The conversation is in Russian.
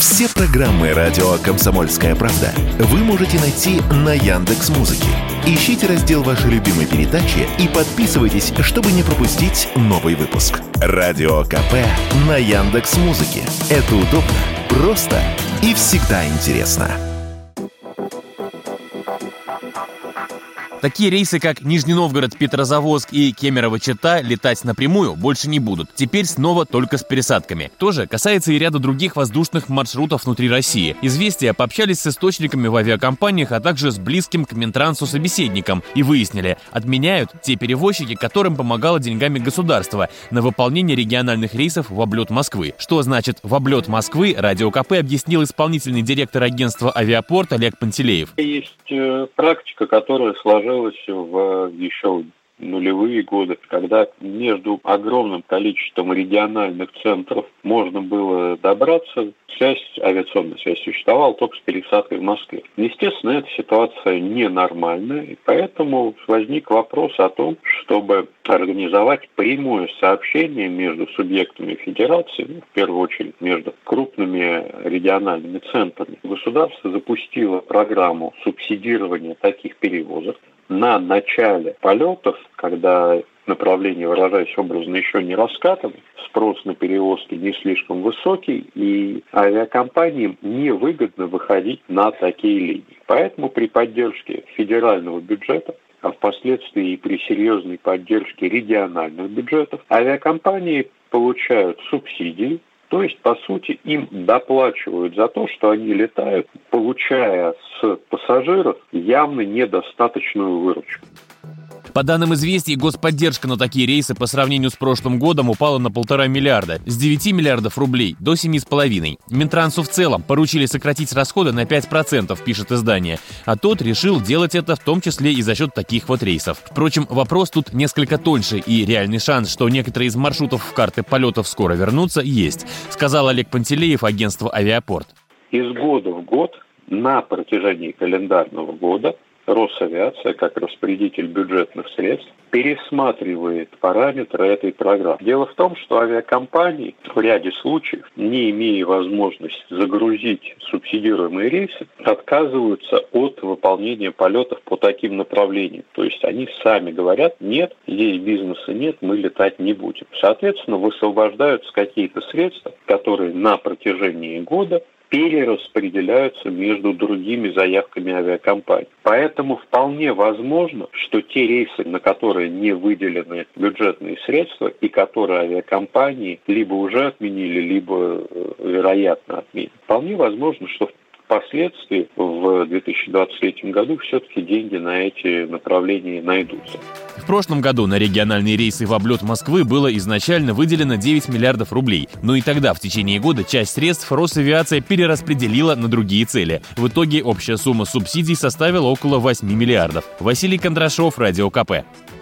Все программы радио «Комсомольская правда» вы можете найти на Яндекс.Музыке. Ищите раздел вашей любимой передачи и подписывайтесь, чтобы не пропустить новый выпуск. Радио КП на Яндекс.Музыке. Это удобно, просто и всегда интересно. Такие рейсы, как Нижний Новгород, Петрозаводск и Кемерово-Чита, летать напрямую больше не будут. Теперь снова только с пересадками. Тоже касается и ряда других воздушных маршрутов внутри России. «Известия» пообщались с источниками в авиакомпаниях, а также с близким к Минтрансу собеседником и выяснили, отменяют те перевозчики, которым помогало деньгами государство на выполнение региональных рейсов в облет Москвы. Что значит «в облет Москвы», Радио КП объяснил исполнительный директор агентства «Авиапорт» Олег Пантелеев. Есть практика, которая сложилась в еще нулевые годы, когда между огромным количеством региональных центров можно было добраться, авиационная связь существовала только с пересадкой в Москве. Естественно, эта ситуация ненормальная, и поэтому возник вопрос о том, чтобы организовать прямое сообщение между субъектами федерации, в первую очередь между крупными региональными центрами. Государство запустило программу субсидирования таких перевозок. На начале полетов, когда направление, выражаясь образно, еще не раскатано, спрос на перевозки не слишком высокий, и авиакомпаниям невыгодно выходить на такие линии. Поэтому при поддержке федерального бюджета, а впоследствии и при серьезной поддержке региональных бюджетов, авиакомпании получают субсидии. То есть, по сути, им доплачивают за то, что они летают, получая с пассажиров явно недостаточную выручку. По данным «Известий», господдержка на такие рейсы по сравнению с прошлым годом упала на 1,5 миллиарда. С 9 миллиардов рублей до 7,5. Минтрансу в целом поручили сократить расходы на 5%, пишет издание. А тот решил делать это в том числе и за счет таких вот рейсов. Впрочем, вопрос тут несколько тоньше, и реальный шанс, что некоторые из маршрутов в карты полетов скоро вернутся, есть, сказал Олег Пантелеев, агентство «Авиапорт». Из года в год на протяжении календарного года Росавиация, как распорядитель бюджетных средств, пересматривает параметры этой программы. Дело в том, что авиакомпании в ряде случаев, не имея возможности загрузить субсидируемые рейсы, отказываются от выполнения полетов по таким направлениям. То есть они сами говорят: нет, здесь бизнеса нет, мы летать не будем. Соответственно, высвобождаются какие-то средства, которые на протяжении года перераспределяются между другими заявками авиакомпаний. Поэтому вполне возможно, что те рейсы, на которые не выделены бюджетные средства и которые авиакомпании либо уже отменили, либо, вероятно, отменят, вполне возможно, что впоследствии в 2023 году все-таки деньги на эти направления найдутся. В прошлом году на региональные рейсы в облет Москвы было изначально выделено 9 миллиардов рублей. Но и тогда в течение года часть средств Росавиация перераспределила на другие цели. В итоге общая сумма субсидий составила около 8 миллиардов. Василий Кондрашов, Радио КП.